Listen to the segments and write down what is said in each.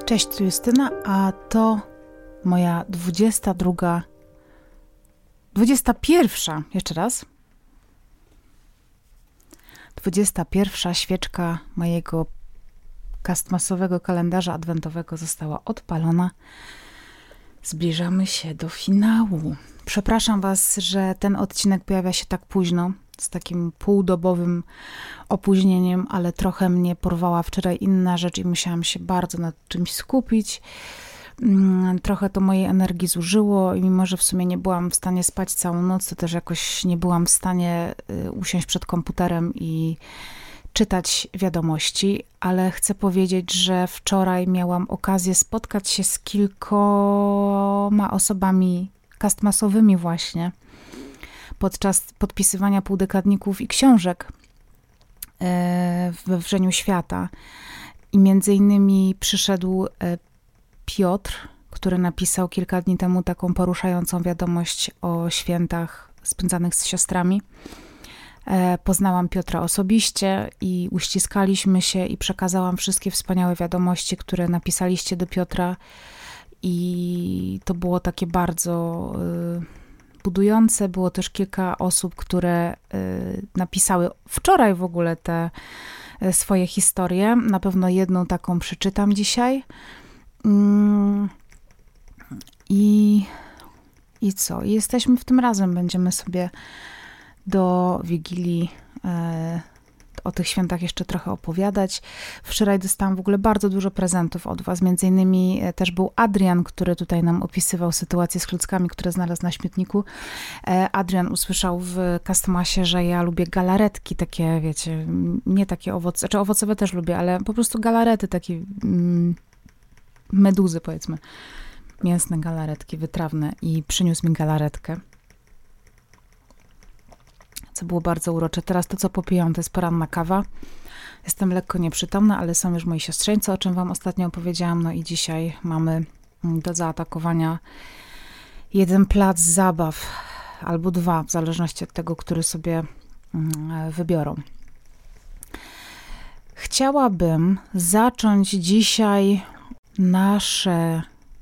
Cześć, tu Justyna, a to moja 21 świeczka mojego castmasowego kalendarza adwentowego została odpalona. Zbliżamy się do finału. Przepraszam Was, że ten odcinek pojawia się tak późno, z takim półdobowym opóźnieniem, ale trochę mnie porwała wczoraj inna rzecz i musiałam się bardzo nad czymś skupić. Trochę to mojej energii zużyło i mimo, że w sumie nie byłam w stanie spać całą noc, to też jakoś nie byłam w stanie usiąść przed komputerem i czytać wiadomości, ale chcę powiedzieć, że wczoraj miałam okazję spotkać się z kilkoma osobami castmasowymi właśnie podczas podpisywania półdekadników i książek we Wrzeniu Świata. I między innymi przyszedł Piotr, który napisał kilka dni temu taką poruszającą wiadomość o świętach spędzanych z siostrami. Poznałam Piotra osobiście i uściskaliśmy się i przekazałam wszystkie wspaniałe wiadomości, które napisaliście do Piotra i to było takie bardzo budujące. Było też kilka osób, które napisały wczoraj w ogóle te swoje historie. Na pewno jedną taką przeczytam dzisiaj. I co? Jesteśmy w tym razem. Będziemy sobie do Wigilii o tych świętach jeszcze trochę opowiadać. Wczoraj dostałam w ogóle bardzo dużo prezentów od Was. Między innymi też był Adrian, który tutaj nam opisywał sytuację z klockami, które znalazł na śmietniku. Adrian usłyszał w Castmasie, że ja lubię galaretki, takie wiecie, nie takie owoce, znaczy owocowe też lubię, ale po prostu galarety, takie meduzy powiedzmy. Mięsne galaretki, wytrawne i przyniósł mi galaretkę, co było bardzo urocze. Teraz to, co popijam, to jest poranna kawa. Jestem lekko nieprzytomna, ale są już moi siostrzeńcy, o czym Wam ostatnio opowiedziałam. No i dzisiaj mamy do zaatakowania jeden plac zabaw, albo dwa, w zależności od tego, który sobie wybiorą. Chciałabym zacząć dzisiaj nasze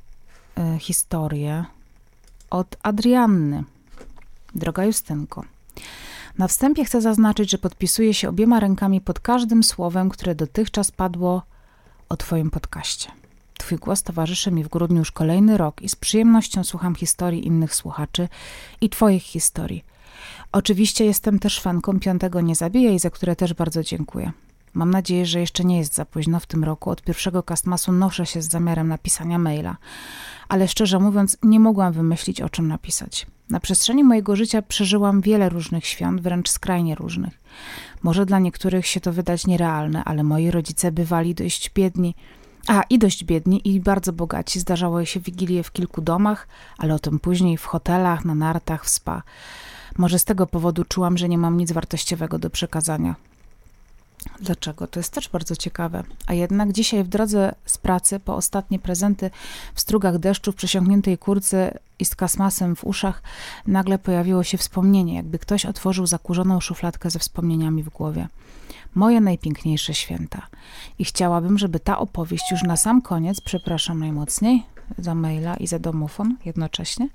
historie od Adrianny. Droga Justynko, na wstępie chcę zaznaczyć, że podpisuję się obiema rękami pod każdym słowem, które dotychczas padło o Twoim podcaście. Twój głos towarzyszy mi w grudniu już kolejny rok i z przyjemnością słucham historii innych słuchaczy i Twoich historii. Oczywiście jestem też fanką Piątego Nie Zabijaj, za które też bardzo dziękuję. Mam nadzieję, że jeszcze nie jest za późno w tym roku. Od pierwszego Castmasu noszę się z zamiarem napisania maila. Ale szczerze mówiąc, nie mogłam wymyślić, o czym napisać. Na przestrzeni mojego życia przeżyłam wiele różnych świąt, wręcz skrajnie różnych. Może dla niektórych się to wydać nierealne, ale moi rodzice bywali dość biedni i bardzo bogaci. Zdarzało się wigilie w kilku domach, ale o tym później w hotelach, na nartach, w spa. Może z tego powodu czułam, że nie mam nic wartościowego do przekazania. Dlaczego? To jest też bardzo ciekawe. A jednak dzisiaj w drodze z pracy, po ostatnie prezenty w strugach deszczu, w przesiąkniętej kurtce i z Castmasem w uszach, nagle pojawiło się wspomnienie, jakby ktoś otworzył zakurzoną szufladkę ze wspomnieniami w głowie. Moje najpiękniejsze święta. I chciałabym, żeby ta opowieść już na sam koniec, przepraszam najmocniej za maila i za domofon jednocześnie,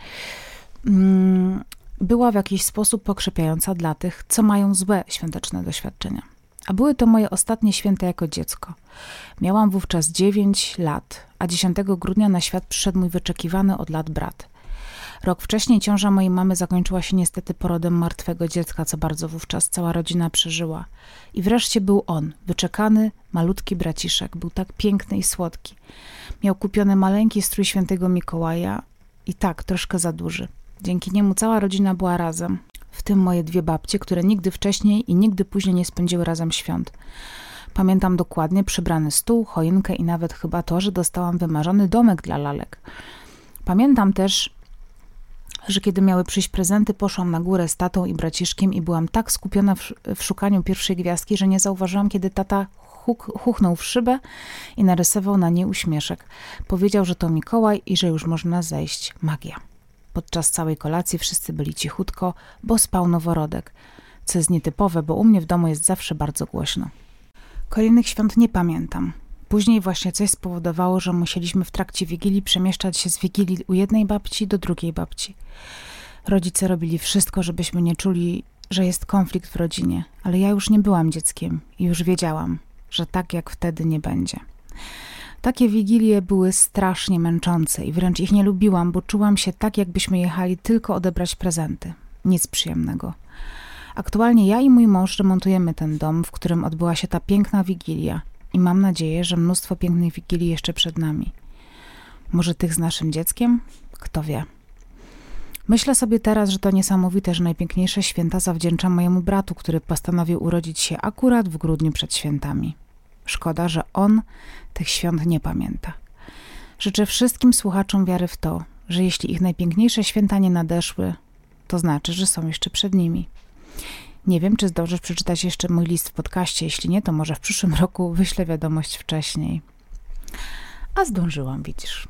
była w jakiś sposób pokrzepiająca dla tych, co mają złe świąteczne doświadczenia. A były to moje ostatnie święta jako dziecko. Miałam wówczas 9 lat, a 10 grudnia na świat przyszedł mój wyczekiwany od lat brat. Rok wcześniej ciąża mojej mamy zakończyła się niestety porodem martwego dziecka, co bardzo wówczas cała rodzina przeżyła. I wreszcie był on, wyczekany, malutki braciszek. Był tak piękny i słodki. Miał kupiony maleńki strój świętego Mikołaja i tak, troszkę za duży. Dzięki niemu cała rodzina była razem. W tym moje dwie babcie, które nigdy wcześniej i nigdy później nie spędziły razem świąt. Pamiętam dokładnie przybrany stół, choinkę i nawet chyba to, że dostałam wymarzony domek dla lalek. Pamiętam też, że kiedy miały przyjść prezenty, poszłam na górę z tatą i braciszkiem i byłam tak skupiona w szukaniu pierwszej gwiazdki, że nie zauważyłam, kiedy tata chuchnął w szybę i narysował na niej uśmieszek. Powiedział, że to Mikołaj i że już można zejść. Magia. Podczas całej kolacji wszyscy byli cichutko, bo spał noworodek, co jest nietypowe, bo u mnie w domu jest zawsze bardzo głośno. Kolejnych świąt nie pamiętam. Później właśnie coś spowodowało, że musieliśmy w trakcie Wigilii przemieszczać się z Wigilii u jednej babci do drugiej babci. Rodzice robili wszystko, żebyśmy nie czuli, że jest konflikt w rodzinie, ale ja już nie byłam dzieckiem i już wiedziałam, że tak jak wtedy nie będzie. Takie Wigilie były strasznie męczące i wręcz ich nie lubiłam, bo czułam się tak, jakbyśmy jechali tylko odebrać prezenty. Nic przyjemnego. Aktualnie ja i mój mąż remontujemy ten dom, w którym odbyła się ta piękna Wigilia i mam nadzieję, że mnóstwo pięknych Wigilii jeszcze przed nami. Może tych z naszym dzieckiem? Kto wie. Myślę sobie teraz, że to niesamowite, że najpiękniejsze święta zawdzięczam mojemu bratu, który postanowił urodzić się akurat w grudniu przed świętami. Szkoda, że on tych świąt nie pamięta. Życzę wszystkim słuchaczom wiary w to, że jeśli ich najpiękniejsze święta nie nadeszły, to znaczy, że są jeszcze przed nimi. Nie wiem, czy zdążysz przeczytać jeszcze mój list w podcaście. Jeśli nie, to może w przyszłym roku wyślę wiadomość wcześniej. A zdążyłam, widzisz.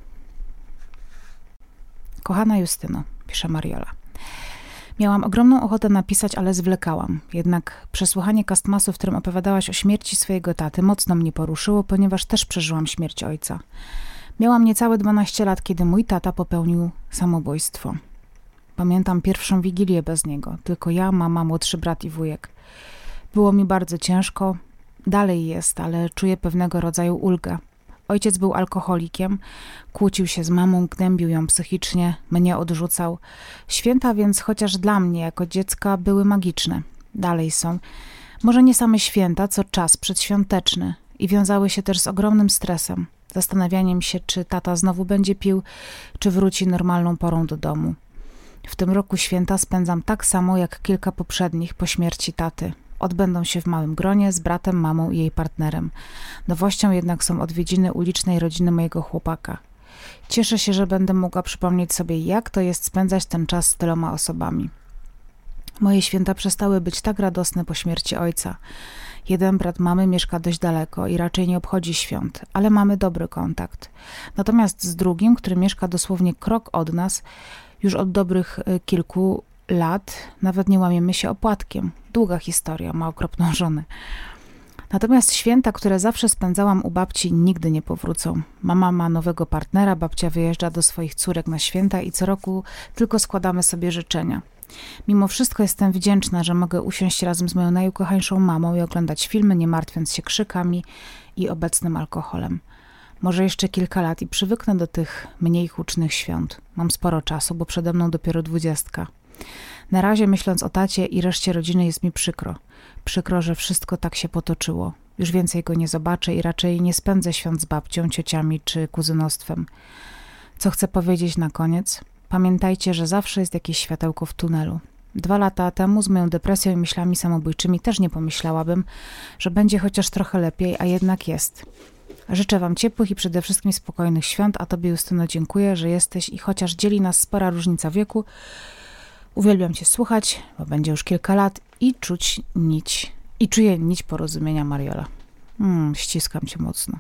Kochana Justyno, pisze Mariola. Miałam ogromną ochotę napisać, ale zwlekałam. Jednak przesłuchanie Castmasu, w którym opowiadałaś o śmierci swojego taty, mocno mnie poruszyło, ponieważ też przeżyłam śmierć ojca. Miałam niecałe 12 lat, kiedy mój tata popełnił samobójstwo. Pamiętam pierwszą Wigilię bez niego. Tylko ja, mama, młodszy brat i wujek. Było mi bardzo ciężko. Dalej jest, ale czuję pewnego rodzaju ulgę. Ojciec był alkoholikiem, kłócił się z mamą, gnębił ją psychicznie, mnie odrzucał. Święta więc chociaż dla mnie jako dziecka były magiczne. Dalej są. Może nie same święta, co czas przedświąteczny i wiązały się też z ogromnym stresem. Zastanawianiem się, czy tata znowu będzie pił, czy wróci normalną porą do domu. W tym roku święta spędzam tak samo jak kilka poprzednich po śmierci taty. Odbędą się w małym gronie z bratem, mamą i jej partnerem. Nowością jednak są odwiedziny ulicznej rodziny mojego chłopaka. Cieszę się, że będę mogła przypomnieć sobie, jak to jest spędzać ten czas z tyloma osobami. Moje święta przestały być tak radosne po śmierci ojca. Jeden brat mamy mieszka dość daleko i raczej nie obchodzi świąt, ale mamy dobry kontakt. Natomiast z drugim, który mieszka dosłownie krok od nas, już od dobrych kilku lat nawet nie łamiemy się opłatkiem. Długa historia, ma okropną żonę. Natomiast święta, które zawsze spędzałam u babci, nigdy nie powrócą. Mama ma nowego partnera, babcia wyjeżdża do swoich córek na święta i co roku tylko składamy sobie życzenia. Mimo wszystko jestem wdzięczna, że mogę usiąść razem z moją najukochańszą mamą i oglądać filmy, nie martwiąc się krzykami i obecnym alkoholem. Może jeszcze kilka lat i przywyknę do tych mniej hucznych świąt. Mam sporo czasu, bo przede mną dopiero 20. Na razie myśląc o tacie i reszcie rodziny jest mi przykro. Przykro, że wszystko tak się potoczyło. Już więcej go nie zobaczę i raczej nie spędzę świąt z babcią, ciociami czy kuzynostwem. Co chcę powiedzieć na koniec? Pamiętajcie, że zawsze jest jakieś światełko w tunelu. 2 lata temu z moją depresją i myślami samobójczymi też nie pomyślałabym, że będzie chociaż trochę lepiej, a jednak jest. Życzę wam ciepłych i przede wszystkim spokojnych świąt, a tobie, Justyno, dziękuję, że jesteś i chociaż dzieli nas spora różnica wieku, uwielbiam cię słuchać, bo będzie już kilka lat i czuję nić porozumienia, Mariola. Ściskam cię mocno.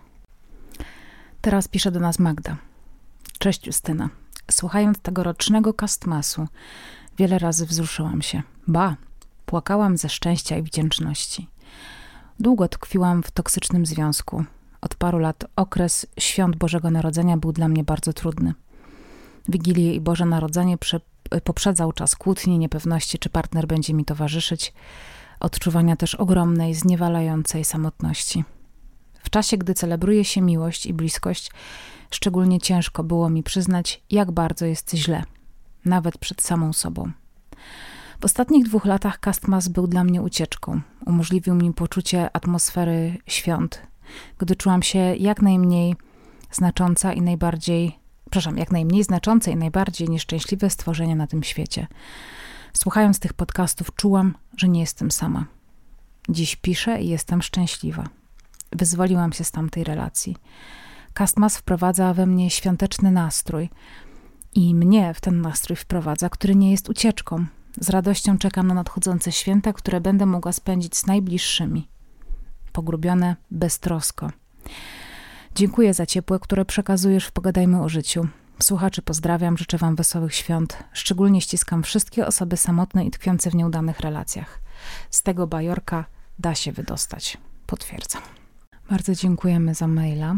Teraz pisze do nas Magda. Cześć, Justyna. Słuchając tegorocznego Castmasu, wiele razy wzruszyłam się. Płakałam ze szczęścia i wdzięczności. Długo tkwiłam w toksycznym związku. Od paru lat okres świąt Bożego Narodzenia był dla mnie bardzo trudny. Wigilię i Boże Narodzenie poprzedzał czas kłótni, niepewności, czy partner będzie mi towarzyszyć, odczuwania też ogromnej, zniewalającej samotności. W czasie, gdy celebruje się miłość i bliskość, szczególnie ciężko było mi przyznać, jak bardzo jest źle, nawet przed samą sobą. W ostatnich 2 latach Castmas był dla mnie ucieczką. Umożliwił mi poczucie atmosfery świąt, gdy czułam się jak najmniej znaczące i najbardziej nieszczęśliwe stworzenie na tym świecie. Słuchając tych podcastów czułam, że nie jestem sama. Dziś piszę i jestem szczęśliwa. Wyzwoliłam się z tamtej relacji. Castmas wprowadza we mnie świąteczny nastrój i mnie w ten nastrój wprowadza, który nie jest ucieczką. Z radością czekam na nadchodzące święta, które będę mogła spędzić z najbliższymi. Pogrubione beztrosko. Dziękuję za ciepło, które przekazujesz w Pogadajmy o życiu. Słuchaczy pozdrawiam, życzę wam wesołych świąt. Szczególnie ściskam wszystkie osoby samotne i tkwiące w nieudanych relacjach. Z tego bajorka da się wydostać. Potwierdzam. Bardzo dziękujemy za maila.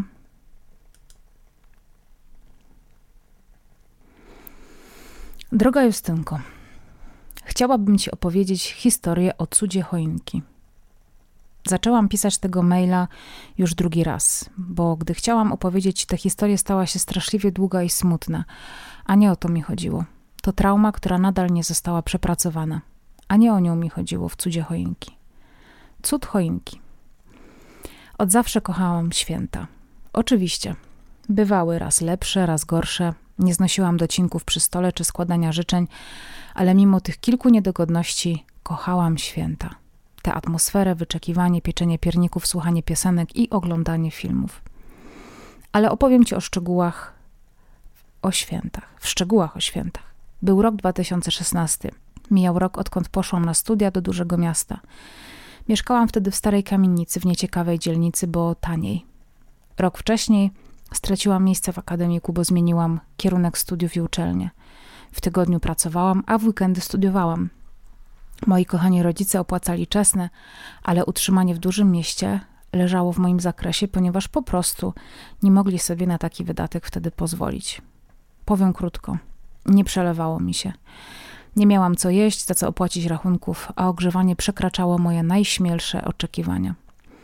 Droga Justynko, chciałabym Ci opowiedzieć historię o cudzie choinki. Zaczęłam pisać tego maila już drugi raz, bo gdy chciałam opowiedzieć Ci tę historię, stała się straszliwie długa i smutna, a nie o to mi chodziło. To trauma, która nadal nie została przepracowana, a nie o nią mi chodziło w cudzie choinki. Cud choinki. Od zawsze kochałam święta. Oczywiście, bywały raz lepsze, raz gorsze. Nie znosiłam docinków przy stole czy składania życzeń, ale mimo tych kilku niedogodności kochałam święta. Tę atmosferę, wyczekiwanie, pieczenie pierników, słuchanie piosenek i oglądanie filmów. Ale opowiem Ci o szczegółach o świętach. W szczegółach o świętach. Był rok 2016. Mijał rok, odkąd poszłam na studia do dużego miasta. Mieszkałam wtedy w starej kamienicy, w nieciekawej dzielnicy, bo taniej. Rok wcześniej straciłam miejsce w akademiku, bo zmieniłam kierunek studiów i uczelnię. W tygodniu pracowałam, a w weekendy studiowałam. Moi kochani rodzice opłacali czesne, ale utrzymanie w dużym mieście leżało w moim zakresie, ponieważ po prostu nie mogli sobie na taki wydatek wtedy pozwolić. Powiem krótko, nie przelewało mi się. Nie miałam co jeść, za co opłacić rachunków, a ogrzewanie przekraczało moje najśmielsze oczekiwania.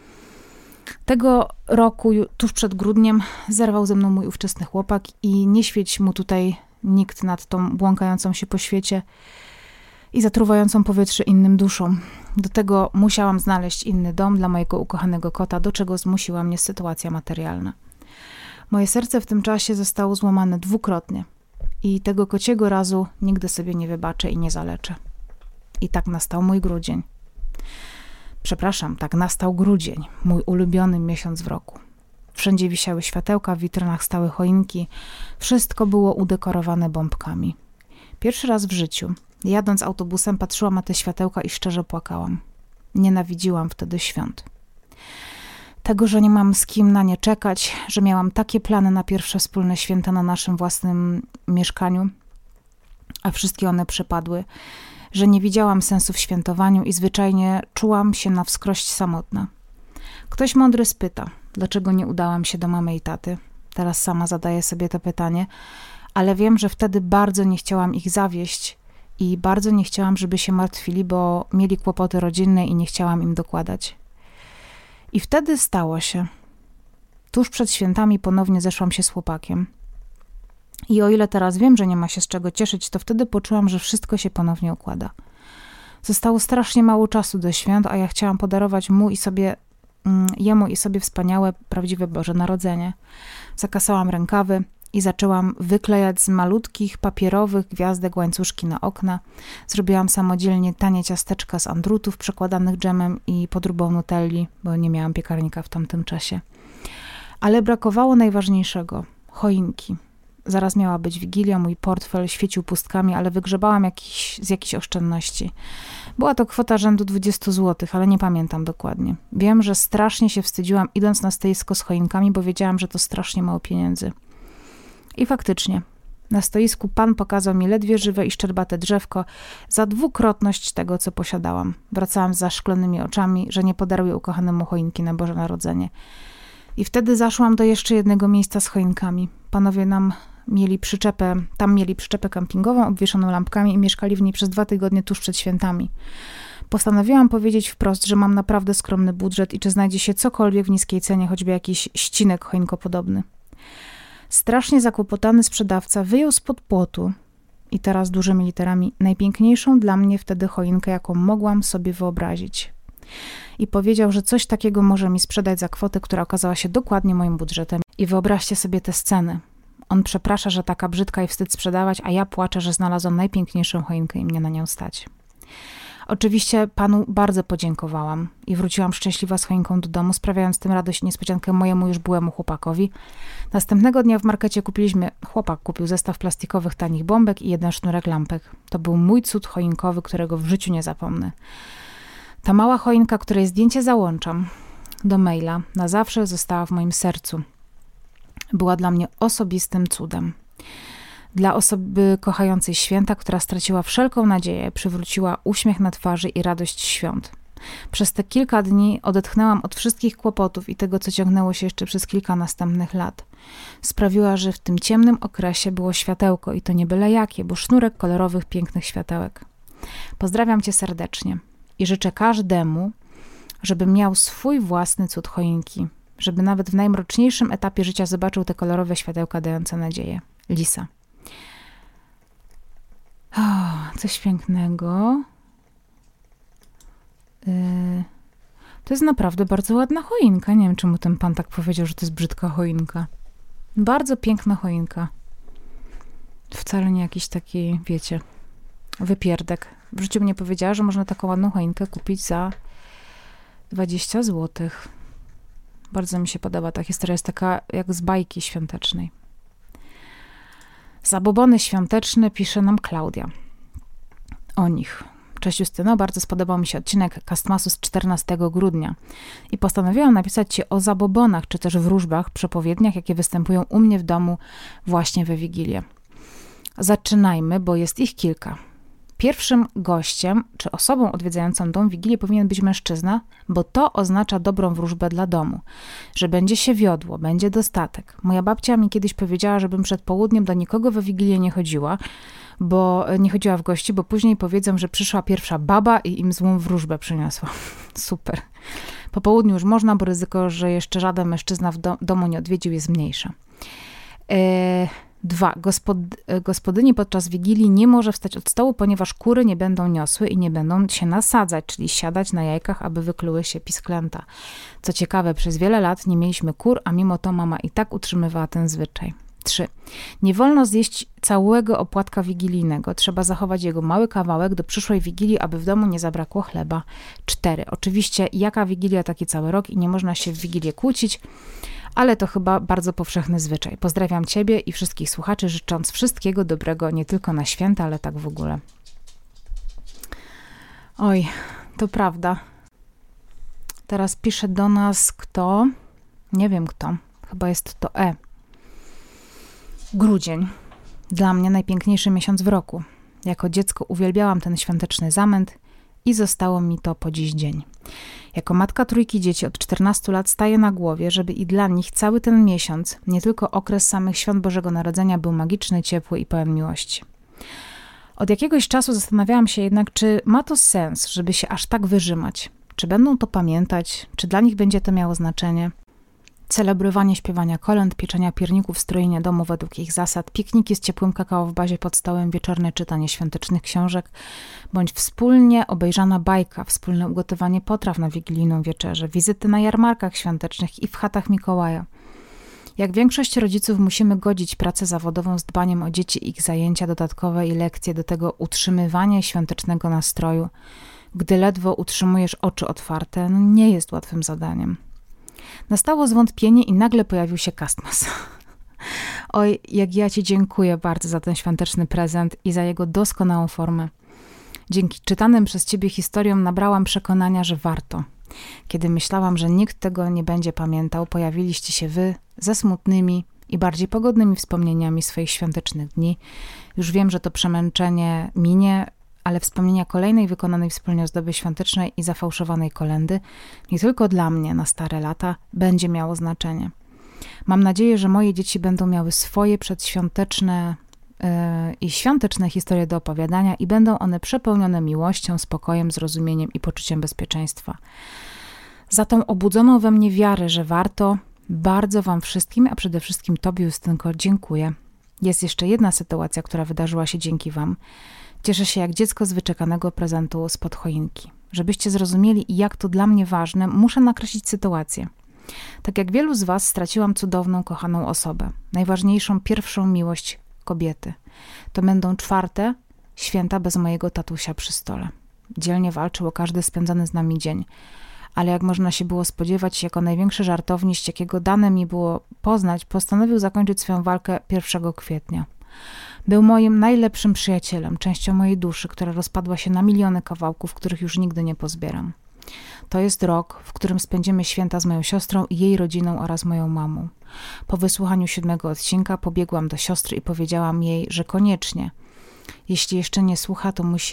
Tego roku, tuż przed grudniem, zerwał ze mną mój ówczesny chłopak i nie świeć mu tutaj nikt nad tą błąkającą się po świecie i zatruwającą powietrze innym duszą. Do tego musiałam znaleźć inny dom dla mojego ukochanego kota, do czego zmusiła mnie sytuacja materialna. Moje serce w tym czasie zostało złamane dwukrotnie i tego kociego razu nigdy sobie nie wybaczę i nie zaleczę. I tak nastał mój grudzień. Przepraszam, tak nastał grudzień, mój ulubiony miesiąc w roku. Wszędzie wisiały światełka, w witrynach stały choinki, wszystko było udekorowane bombkami. Pierwszy raz w życiu, jadąc autobusem, patrzyłam na te światełka i szczerze płakałam. Nienawidziłam wtedy świąt. Tego, że nie mam z kim na nie czekać, że miałam takie plany na pierwsze wspólne święta na naszym własnym mieszkaniu, a wszystkie one przepadły, że nie widziałam sensu w świętowaniu i zwyczajnie czułam się na wskroś samotna. Ktoś mądry spyta, dlaczego nie udałam się do mamy i taty. Teraz sama zadaję sobie to pytanie, ale wiem, że wtedy bardzo nie chciałam ich zawieść i bardzo nie chciałam, żeby się martwili, bo mieli kłopoty rodzinne i nie chciałam im dokładać. I wtedy stało się. Tuż przed świętami ponownie zeszłam się z chłopakiem. I o ile teraz wiem, że nie ma się z czego cieszyć, to wtedy poczułam, że wszystko się ponownie układa. Zostało strasznie mało czasu do świąt, a ja chciałam podarować jemu i sobie wspaniałe, prawdziwe Boże Narodzenie. Zakasałam rękawy i zaczęłam wyklejać z malutkich, papierowych gwiazdek łańcuszki na okna. Zrobiłam samodzielnie tanie ciasteczka z andrutów przekładanych dżemem i podróbą nutelli, bo nie miałam piekarnika w tamtym czasie. Ale brakowało najważniejszego – choinki. Zaraz miała być Wigilia, mój portfel świecił pustkami, ale wygrzebałam z jakichś oszczędności. Była to kwota rzędu 20 zł, ale nie pamiętam dokładnie. Wiem, że strasznie się wstydziłam idąc na stoisko z choinkami, bo wiedziałam, że to strasznie mało pieniędzy. I faktycznie, na stoisku pan pokazał mi ledwie żywe i szczerbate drzewko za dwukrotność tego, co posiadałam. Wracałam z zaszklonymi oczami, że nie podaruję ukochanemu choinki na Boże Narodzenie. I wtedy zaszłam do jeszcze jednego miejsca z choinkami. Panowie mieli przyczepę kampingową obwieszoną lampkami i mieszkali w niej przez 2 tygodnie tuż przed świętami. Postanowiłam powiedzieć wprost, że mam naprawdę skromny budżet i czy znajdzie się cokolwiek w niskiej cenie, choćby jakiś ścinek choinkopodobny. Strasznie zakłopotany sprzedawca wyjął spod płotu, i teraz dużymi literami, najpiękniejszą dla mnie wtedy choinkę, jaką mogłam sobie wyobrazić. I powiedział, że coś takiego może mi sprzedać za kwotę, która okazała się dokładnie moim budżetem. I wyobraźcie sobie tę scenę. On przeprasza, że taka brzydka i wstyd sprzedawać, a ja płaczę, że znalazłam najpiękniejszą choinkę i mnie na nią stać. Oczywiście panu bardzo podziękowałam i wróciłam szczęśliwa z choinką do domu, sprawiając tym radość i niespodziankę mojemu już byłemu chłopakowi. Następnego dnia w markecie chłopak kupił zestaw plastikowych tanich bombek i 1 sznurek lampek. To był mój cud choinkowy, którego w życiu nie zapomnę. Ta mała choinka, której zdjęcie załączam do maila, na zawsze została w moim sercu. Była dla mnie osobistym cudem. Dla osoby kochającej święta, która straciła wszelką nadzieję, przywróciła uśmiech na twarzy i radość świąt. Przez te kilka dni odetchnęłam od wszystkich kłopotów i tego, co ciągnęło się jeszcze przez kilka następnych lat. Sprawiła, że w tym ciemnym okresie było światełko i to nie byle jakie, bo sznurek kolorowych, pięknych światełek. Pozdrawiam cię serdecznie i życzę każdemu, żeby miał swój własny cud choinki, żeby nawet w najmroczniejszym etapie życia zobaczył te kolorowe światełka dające nadzieję. Lisa. O, coś pięknego. To jest naprawdę bardzo ładna choinka. Nie wiem, czemu ten pan tak powiedział, że to jest brzydka choinka. Bardzo piękna choinka. Wcale nie jakiś taki, wiecie, wypierdek. W życiu bym nie powiedziała, że można taką ładną choinkę kupić za 20 zł. Bardzo mi się podoba. Ta historia jest taka jak z bajki świątecznej. Zabobony świąteczne pisze nam Klaudia. O nich. Cześć Justyno, bardzo spodobał mi się odcinek Castmasu z 14 grudnia i postanowiłam napisać ci o zabobonach, czy też wróżbach, przepowiedniach, jakie występują u mnie w domu właśnie we Wigilię. Zaczynajmy, bo jest ich kilka. Pierwszym gościem, czy osobą odwiedzającą dom w Wigilię powinien być mężczyzna, bo to oznacza dobrą wróżbę dla domu, że będzie się wiodło, będzie dostatek. Moja babcia mi kiedyś powiedziała, żebym przed południem do nikogo we Wigilię nie chodziła, bo nie chodziła w gości, bo później powiedzą, że przyszła pierwsza baba i im złą wróżbę przyniosła. Super. Po południu już można, bo ryzyko, że jeszcze żaden mężczyzna w domu nie odwiedził, jest mniejsze. 2. Gospodyni podczas Wigilii nie może wstać od stołu, ponieważ kury nie będą niosły i nie będą się nasadzać, czyli siadać na jajkach, aby wykluły się pisklęta. Co ciekawe, przez wiele lat nie mieliśmy kur, a mimo to mama i tak utrzymywała ten zwyczaj. 3. Nie wolno zjeść całego opłatka wigilijnego. Trzeba zachować jego mały kawałek do przyszłej Wigilii, aby w domu nie zabrakło chleba. 4. Oczywiście jaka Wigilia, taki cały rok i nie można się w Wigilię kłócić, ale to chyba bardzo powszechny zwyczaj. Pozdrawiam ciebie i wszystkich słuchaczy, życząc wszystkiego dobrego nie tylko na święta, ale tak w ogóle. Oj, to prawda. Teraz pisze do nas kto? Nie wiem kto. Chyba jest to Grudzień. Dla mnie najpiękniejszy miesiąc w roku. Jako dziecko uwielbiałam ten świąteczny zamęt i zostało mi to po dziś dzień. Jako matka trójki dzieci od 14 lat staję na głowie, żeby i dla nich cały ten miesiąc, nie tylko okres samych świąt Bożego Narodzenia, był magiczny, ciepły i pełen miłości. Od jakiegoś czasu zastanawiałam się jednak, czy ma to sens, żeby się aż tak wyrzymać. Czy będą to pamiętać? Czy dla nich będzie to miało znaczenie? Celebrowanie śpiewania kolęd, pieczenia pierników, strojenia domu według ich zasad, pikniki z ciepłym kakao w bazie pod stołem, wieczorne czytanie świątecznych książek, bądź wspólnie obejrzana bajka, wspólne ugotowanie potraw na wigilijną wieczerzę, wizyty na jarmarkach świątecznych i w chatach Mikołaja. Jak większość rodziców musimy godzić pracę zawodową z dbaniem o dzieci, ich zajęcia dodatkowe i lekcje, do tego utrzymywanie świątecznego nastroju. Gdy ledwo utrzymujesz oczy otwarte, nie jest łatwym zadaniem. Nastało zwątpienie i nagle pojawił się Castmas. Oj, jak ja ci dziękuję bardzo za ten świąteczny prezent i za jego doskonałą formę. Dzięki czytanym przez ciebie historiom nabrałam przekonania, że warto. Kiedy myślałam, że nikt tego nie będzie pamiętał, pojawiliście się wy ze smutnymi i bardziej pogodnymi wspomnieniami swoich świątecznych dni. Już wiem, że to przemęczenie minie, ale wspomnienia kolejnej wykonanej wspólnie ozdoby świątecznej i zafałszowanej kolędy, nie tylko dla mnie na stare lata, będzie miało znaczenie. Mam nadzieję, że moje dzieci będą miały swoje przedświąteczne i świąteczne historie do opowiadania i będą one przepełnione miłością, spokojem, zrozumieniem i poczuciem bezpieczeństwa. Za tą obudzoną we mnie wiarę, że warto, bardzo wam wszystkim, a przede wszystkim tobie, Justynko, dziękuję. Jest jeszcze jedna sytuacja, która wydarzyła się dzięki wam. Cieszę się jak dziecko z wyczekanego prezentu spod choinki. Żebyście zrozumieli, jak to dla mnie ważne, muszę nakreślić sytuację. Tak jak wielu z was, straciłam cudowną, kochaną osobę. Najważniejszą, pierwszą miłość kobiety. To będą 4 święta bez mojego tatusia przy stole. Dzielnie walczył o każdy spędzony z nami dzień. Ale jak można się było spodziewać, jako największy żartowniś, jakiego dane mi było poznać, postanowił zakończyć swoją walkę 1 kwietnia. Był moim najlepszym przyjacielem, częścią mojej duszy, która rozpadła się na miliony kawałków, których już nigdy nie pozbieram. To jest rok, w którym spędzimy święta z moją siostrą i jej rodziną oraz moją mamą. Po wysłuchaniu 7 odcinka pobiegłam do siostry i powiedziałam jej, że koniecznie, jeśli jeszcze nie słucha, to musi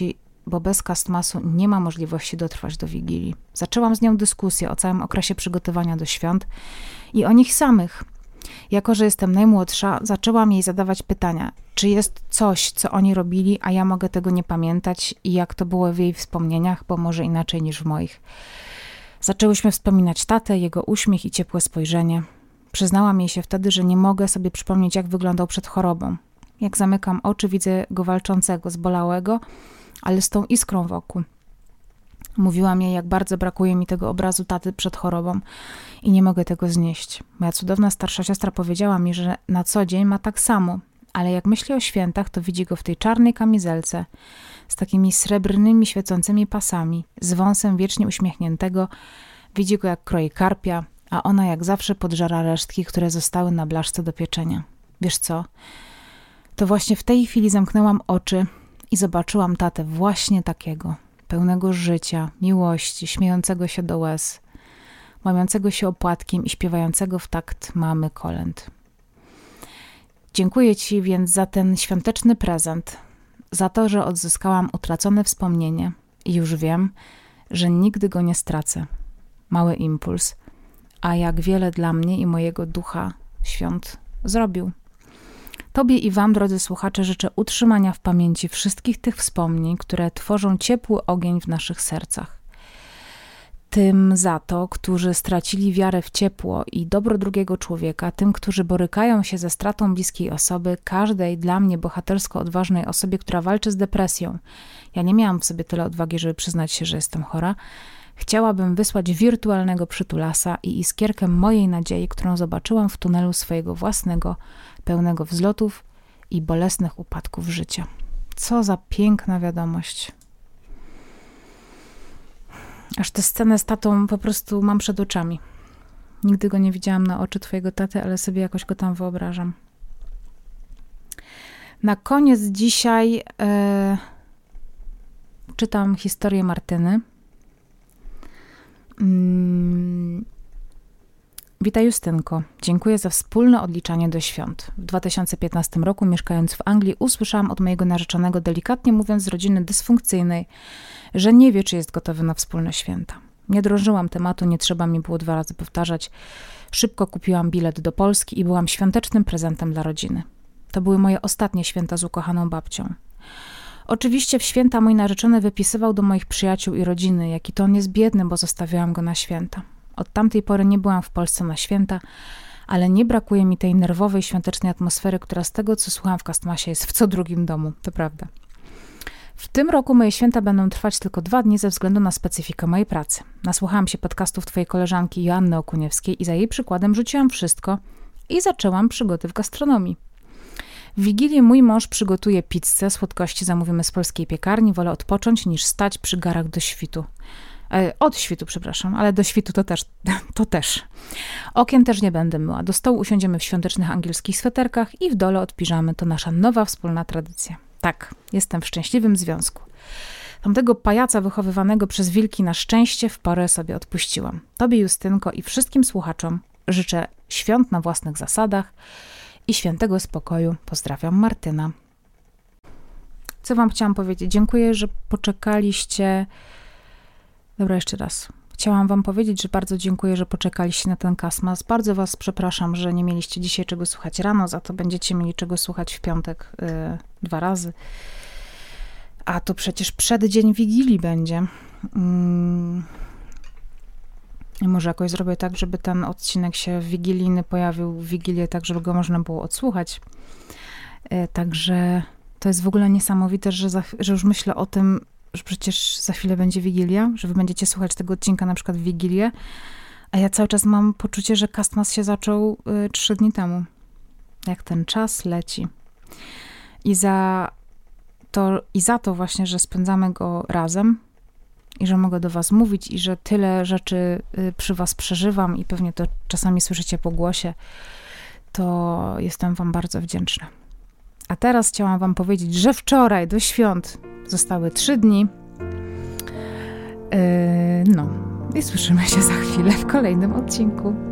bo bez Castmasu nie ma możliwości dotrwać do Wigilii. Zaczęłam z nią dyskusję o całym okresie przygotowania do świąt i o nich samych. Jako że jestem najmłodsza, zaczęłam jej zadawać pytania, czy jest coś, co oni robili, a ja mogę tego nie pamiętać i jak to było w jej wspomnieniach, bo może inaczej niż w moich. Zaczęłyśmy wspominać tatę, jego uśmiech i ciepłe spojrzenie. Przyznałam jej się wtedy, że nie mogę sobie przypomnieć, jak wyglądał przed chorobą. Jak zamykam oczy, widzę go walczącego, zbolałego, ale z tą iskrą wokół. Mówiłam jej, jak bardzo brakuje mi tego obrazu taty przed chorobą i nie mogę tego znieść. Moja cudowna starsza siostra powiedziała mi, że na co dzień ma tak samo, ale jak myśli o świętach, to widzi go w tej czarnej kamizelce z takimi srebrnymi, świecącymi pasami, z wąsem wiecznie uśmiechniętego. Widzi go, jak kroi karpia, a ona jak zawsze podżera resztki, które zostały na blaszce do pieczenia. Wiesz co? To właśnie w tej chwili zamknęłam oczy i zobaczyłam tatę właśnie takiego, pełnego życia, miłości, śmiejącego się do łez, łamiącego się opłatkiem i śpiewającego w takt mamy kolęd. Dziękuję Ci więc za ten świąteczny prezent, za to, że odzyskałam utracone wspomnienie i już wiem, że nigdy go nie stracę. Mały impuls, a jak wiele dla mnie i mojego ducha świąt zrobił. Tobie i Wam, drodzy słuchacze, życzę utrzymania w pamięci wszystkich tych wspomnień, które tworzą ciepły ogień w naszych sercach. Tym za to, którzy stracili wiarę w ciepło i dobro drugiego człowieka, tym, którzy borykają się ze stratą bliskiej osoby, każdej dla mnie bohatersko odważnej osobie, która walczy z depresją. Ja nie miałam w sobie tyle odwagi, żeby przyznać się, że jestem chora. Chciałabym wysłać wirtualnego przytulasa i iskierkę mojej nadziei, którą zobaczyłam w tunelu swojego własnego, pełnego wzlotów i bolesnych upadków życia. Co za piękna wiadomość. Aż tę scenę z tatą po prostu mam przed oczami. Nigdy go nie widziałam na oczy twojego taty, ale sobie jakoś go tam wyobrażam. Na koniec dzisiaj czytam historię Martyny. Witaj Justynko, dziękuję za wspólne odliczanie do świąt. W 2015 roku, mieszkając w Anglii, usłyszałam od mojego narzeczonego, delikatnie mówiąc, z rodziny dysfunkcyjnej, że nie wie, czy jest gotowy na wspólne święta. Nie drążyłam tematu, nie trzeba mi było 2 razy powtarzać. Szybko kupiłam bilet do Polski i byłam świątecznym prezentem dla rodziny. To były moje ostatnie święta z ukochaną babcią. Oczywiście w święta mój narzeczony wypisywał do moich przyjaciół i rodziny, jaki to on jest biedny, bo zostawiałam go na święta. Od tamtej pory nie byłam w Polsce na święta, ale nie brakuje mi tej nerwowej, świątecznej atmosfery, która z tego, co słucham w Castmasie, jest w co drugim domu. To prawda. W tym roku moje święta będą trwać tylko 2 dni ze względu na specyfikę mojej pracy. Nasłuchałam się podcastów twojej koleżanki Joanny Okuniewskiej i za jej przykładem rzuciłam wszystko i zaczęłam przygody w gastronomii. W Wigilię mój mąż przygotuje pizzę, słodkości zamówimy z polskiej piekarni. Wolę odpocząć niż stać przy garach do świtu. Od świtu, przepraszam, ale do świtu to też. Okien też nie będę myła. Do stołu usiądziemy w świątecznych angielskich sweterkach i w dole od piżamy. To nasza nowa wspólna tradycja. Tak, jestem w szczęśliwym związku. Tamtego pajaca wychowywanego przez wilki na szczęście w porę sobie odpuściłam. Tobie, Justynko, i wszystkim słuchaczom życzę świąt na własnych zasadach i świętego spokoju. Pozdrawiam, Martyna. Co wam chciałam powiedzieć? Dziękuję, że poczekaliście. Dobra, jeszcze raz. Chciałam wam powiedzieć, że bardzo dziękuję, że poczekaliście na ten Castmas. Bardzo was przepraszam, że nie mieliście dzisiaj czego słuchać rano, za to będziecie mieli czego słuchać w piątek 2 razy. A to przecież przeddzień Wigilii będzie. Może jakoś zrobię tak, żeby ten odcinek się wigilijny pojawił w Wigilię, tak żeby go można było odsłuchać. Także to jest w ogóle niesamowite, że już myślę o tym, że przecież za chwilę będzie Wigilia, że wy będziecie słuchać tego odcinka na przykład w Wigilię, a ja cały czas mam poczucie, że Castmas się zaczął 3 dni temu. Jak ten czas leci. I za to właśnie, że spędzamy go razem i że mogę do was mówić i że tyle rzeczy przy was przeżywam i pewnie to czasami słyszycie po głosie, to jestem wam bardzo wdzięczna. A teraz chciałam wam powiedzieć, że wczoraj do świąt zostały 3 dni. I słyszymy się za chwilę w kolejnym odcinku.